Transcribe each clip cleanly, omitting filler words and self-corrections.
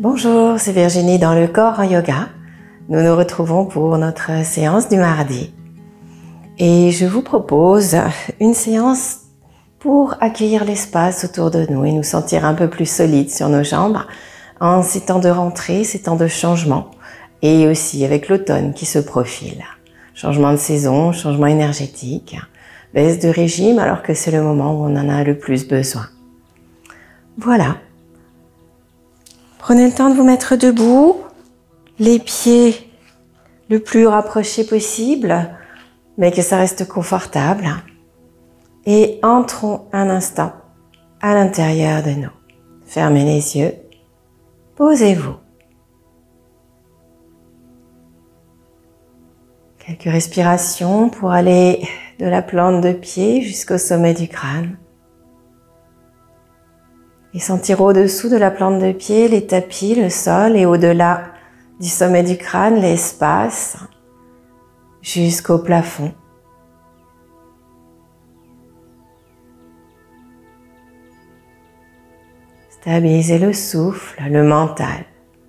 Bonjour, c'est Virginie dans le corps en yoga. Nous nous retrouvons pour notre séance du mardi. Et je vous propose une séance pour accueillir l'espace autour de nous et nous sentir un peu plus solides sur nos jambes en ces temps de rentrée, ces temps de changement et aussi avec l'automne qui se profile. Changement de saison, changement énergétique, baisse de régime alors que c'est le moment où on en a le plus besoin. Voilà. Prenez le temps de vous mettre debout, les pieds le plus rapprochés possible, mais que ça reste confortable. Et entrons un instant à l'intérieur de nous. Fermez les yeux, posez-vous. Quelques respirations pour aller de la plante de pied jusqu'au sommet du crâne. Et sentir au-dessous de la plante de pied les tapis, le sol et au-delà du sommet du crâne l'espace jusqu'au plafond. Stabilisez le souffle, le mental.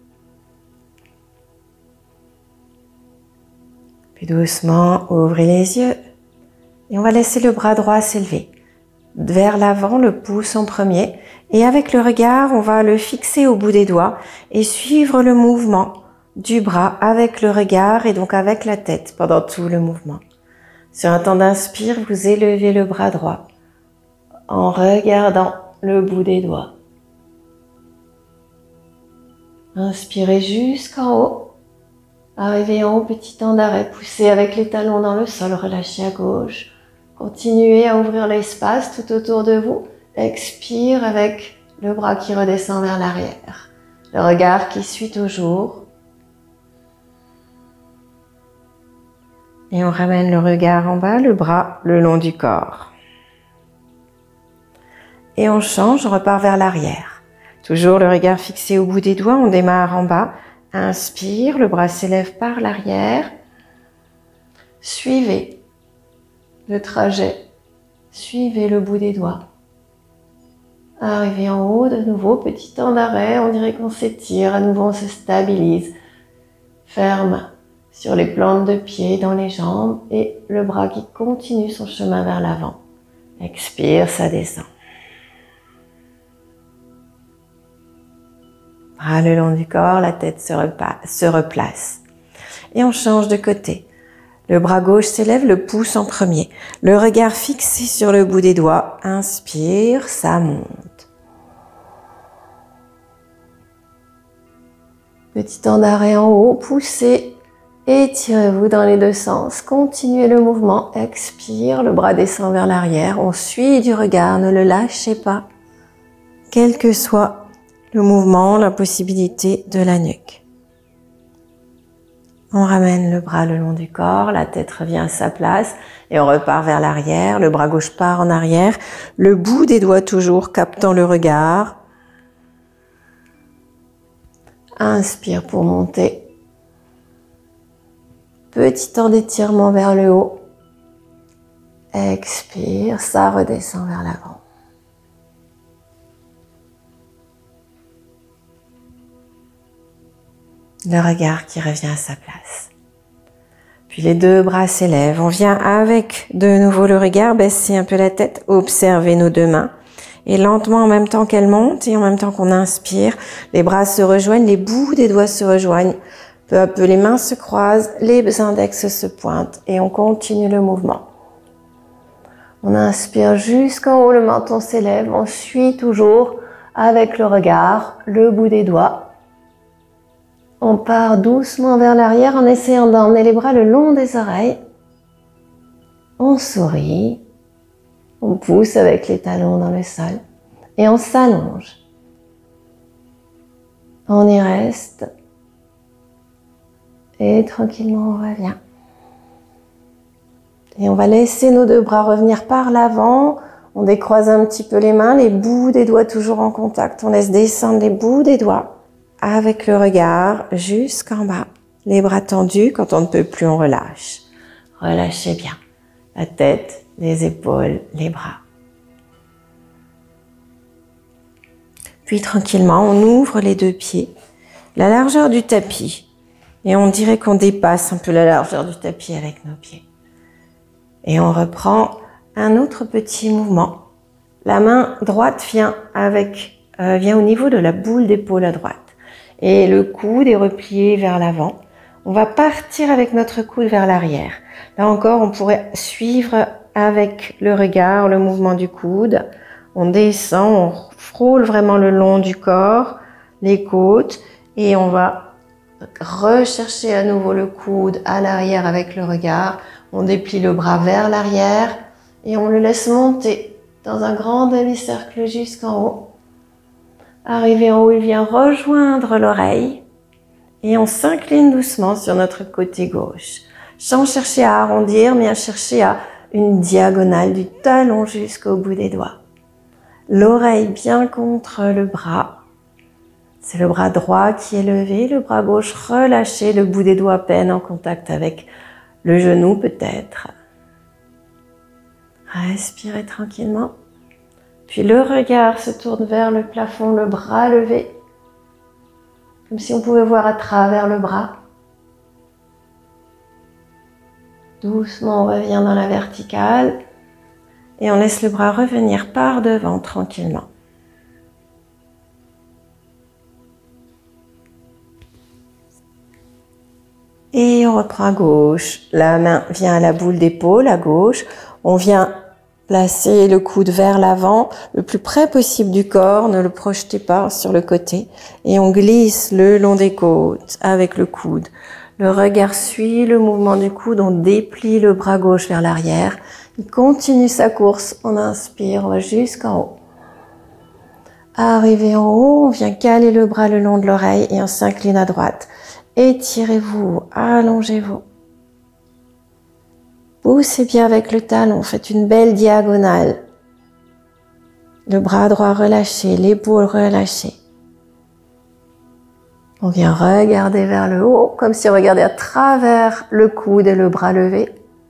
Puis doucement, ouvrez les yeux et on va laisser le bras droit s'élever. Vers l'avant, le pouce en premier. Et avec le regard, on va le fixer au bout des doigts et suivre le mouvement du bras avec le regard et donc avec la tête pendant tout le mouvement. Sur un temps d'inspire, vous élevez le bras droit en regardant le bout des doigts. Inspirez jusqu'en haut. Arrivez en haut, petit temps d'arrêt, poussez avec les talons dans le sol, relâchez à gauche. Continuez à ouvrir l'espace tout autour de vous. Expire avec le bras qui redescend vers l'arrière. Le regard qui suit toujours. Et on ramène le regard en bas, le bras le long du corps. Et on change, on repart vers l'arrière. Toujours le regard fixé au bout des doigts, on démarre en bas. Inspire, le bras s'élève par l'arrière. Suivez le trajet, suivez le bout des doigts. Arrivez en haut, de nouveau, petit temps d'arrêt, on dirait qu'on s'étire, à nouveau on se stabilise. Ferme sur les plantes de pied, dans les jambes et le bras qui continue son chemin vers l'avant. Expire, ça descend. Bras le long du corps, la tête se replace. Et on change de côté. Le bras gauche s'élève, le pouce en premier. Le regard fixé sur le bout des doigts. Inspire, ça monte. Petit temps d'arrêt en haut, poussez, étirez-vous dans les deux sens. Continuez le mouvement, expire, le bras descend vers l'arrière. On suit du regard, ne le lâchez pas. Quel que soit le mouvement, la possibilité de la nuque. On ramène le bras le long du corps, la tête revient à sa place et on repart vers l'arrière. Le bras gauche part en arrière, le bout des doigts toujours captant le regard. Inspire pour monter. Petit temps d'étirement vers le haut. Expire, ça redescend vers l'avant. Le regard qui revient à sa place. Puis les deux bras s'élèvent. On vient avec de nouveau le regard, baisser un peu la tête, observer nos deux mains. Et lentement, en même temps qu'elles montent et en même temps qu'on inspire, les bras se rejoignent, les bouts des doigts se rejoignent. Peu à peu, les mains se croisent, les index se pointent et on continue le mouvement. On inspire jusqu'en haut, le menton s'élève. On suit toujours avec le regard, le bout des doigts. On part doucement vers l'arrière en essayant d'emmener les bras le long des oreilles. On sourit. On pousse avec les talons dans le sol. Et on s'allonge. On y reste. Et tranquillement, on revient. Et on va laisser nos deux bras revenir par l'avant. On décroise un petit peu les mains, les bouts des doigts toujours en contact. On laisse descendre les bouts des doigts. Avec le regard jusqu'en bas, les bras tendus, quand on ne peut plus, on relâche. Relâchez bien la tête, les épaules, les bras. Puis tranquillement, on ouvre les deux pieds la largeur du tapis. Et on dirait qu'on dépasse un peu la largeur du tapis avec nos pieds. Et on reprend un autre petit mouvement. La main droite vient au niveau de la boule d'épaule à droite. Et le coude est replié vers l'avant. On va partir avec notre coude vers l'arrière. Là encore, on pourrait suivre avec le regard, le mouvement du coude. On descend, on frôle vraiment le long du corps, les côtes, et on va rechercher à nouveau le coude à l'arrière avec le regard. On déplie le bras vers l'arrière et on le laisse monter dans un grand demi-cercle jusqu'en haut. Arrivé en haut, il vient rejoindre l'oreille et on s'incline doucement sur notre côté gauche, sans chercher à arrondir, mais à chercher à une diagonale du talon jusqu'au bout des doigts. L'oreille bien contre le bras. C'est le bras droit qui est levé, le bras gauche relâché, le bout des doigts à peine en contact avec le genou peut-être. Respirez tranquillement. Puis le regard se tourne vers le plafond, le bras levé, comme si on pouvait voir à travers le bras. Doucement, on revient dans la verticale et on laisse le bras revenir par devant tranquillement. Et on reprend à gauche. La main vient à la boule d'épaule à gauche. On vient placer le coude vers l'avant, le plus près possible du corps. Ne le projetez pas sur le côté. Et on glisse le long des côtes avec le coude. Le regard suit le mouvement du coude. On déplie le bras gauche vers l'arrière. Il continue sa course. On inspire, on va jusqu'en haut. Arrivé en haut, on vient caler le bras le long de l'oreille et on s'incline à droite. Étirez-vous, allongez-vous. Poussez bien avec le talon, faites une belle diagonale. Le bras droit relâché, l'épaule relâchée. On vient regarder vers le haut, comme si on regardait à travers le coude et le bras levé.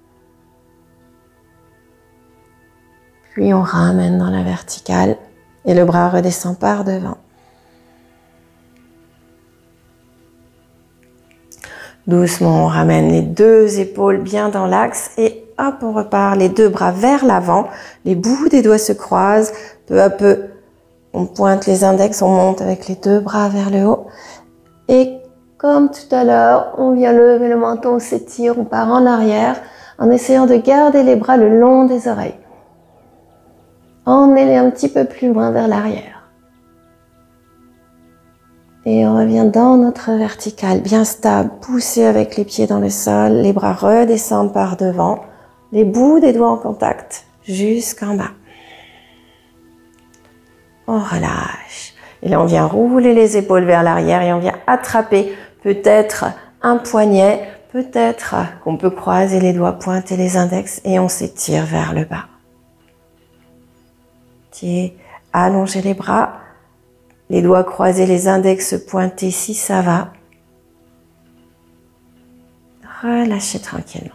Puis on ramène dans la verticale et le bras redescend par devant. Doucement, on ramène les deux épaules bien dans l'axe et hop, on repart les deux bras vers l'avant. Les bouts des doigts se croisent. Peu à peu, on pointe les index, on monte avec les deux bras vers le haut. Et comme tout à l'heure, on vient lever le menton, on s'étire, on part en arrière en essayant de garder les bras le long des oreilles. Emmenez-les un petit peu plus loin vers l'arrière. Et on revient dans notre verticale, bien stable, poussé avec les pieds dans le sol, les bras redescendent par devant, les bouts des doigts en contact, jusqu'en bas. On relâche. Et là, on vient rouler les épaules vers l'arrière et on vient attraper peut-être un poignet, peut-être qu'on peut croiser les doigts, pointer les index et on s'étire vers le bas. Allongez les bras. Les doigts croisés, les index pointés si ça va. Relâchez tranquillement.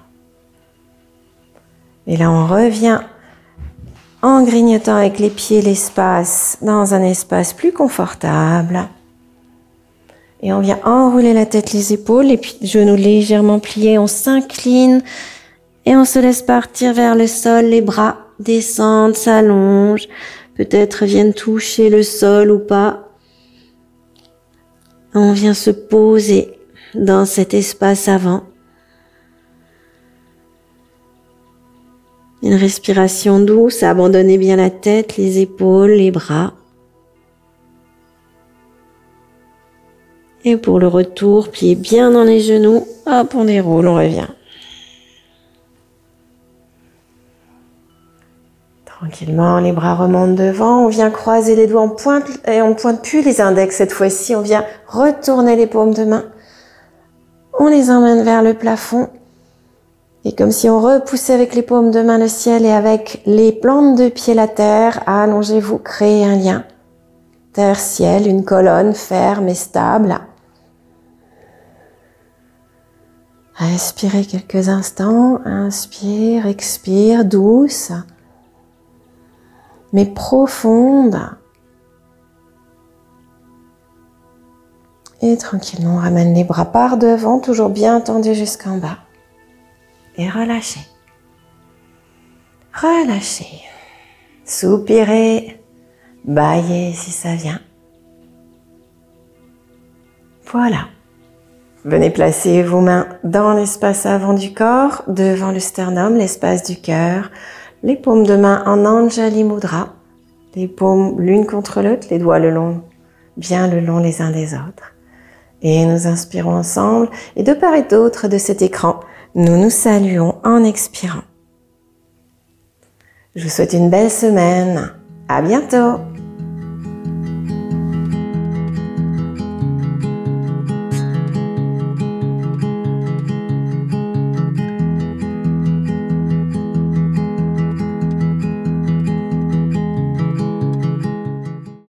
Et là, on revient en grignotant avec les pieds l'espace dans un espace plus confortable. Et on vient enrouler la tête, les épaules, les genoux légèrement pliés. On s'incline et on se laisse partir vers le sol. Les bras descendent, s'allongent. Peut-être viennent toucher le sol ou pas. On vient se poser dans cet espace avant. Une respiration douce, abandonnez bien la tête, les épaules, les bras. Et pour le retour, pieds bien dans les genoux, hop, on déroule, on revient. Tranquillement, les bras remontent devant, on vient croiser les doigts en pointe et on ne pointe plus les index cette fois-ci, on vient retourner les paumes de main. On les emmène vers le plafond et comme si on repoussait avec les paumes de main le ciel et avec les plantes de pied la terre, allongez-vous, créez un lien. Terre-ciel, une colonne ferme et stable. Respirez quelques instants, inspire, expire, douce. Mais profonde. Et tranquillement, on ramène les bras par devant, toujours bien tendus jusqu'en bas. Et relâchez. Relâchez. Soupirez. Bâillez si ça vient. Voilà. Venez placer vos mains dans l'espace avant du corps, devant le sternum, l'espace du cœur. Les paumes de main en Anjali Mudra. Les paumes l'une contre l'autre, les doigts bien le long les uns des autres. Et nous inspirons ensemble. Et de part et d'autre de cet écran, nous nous saluons en expirant. Je vous souhaite une belle semaine. À bientôt!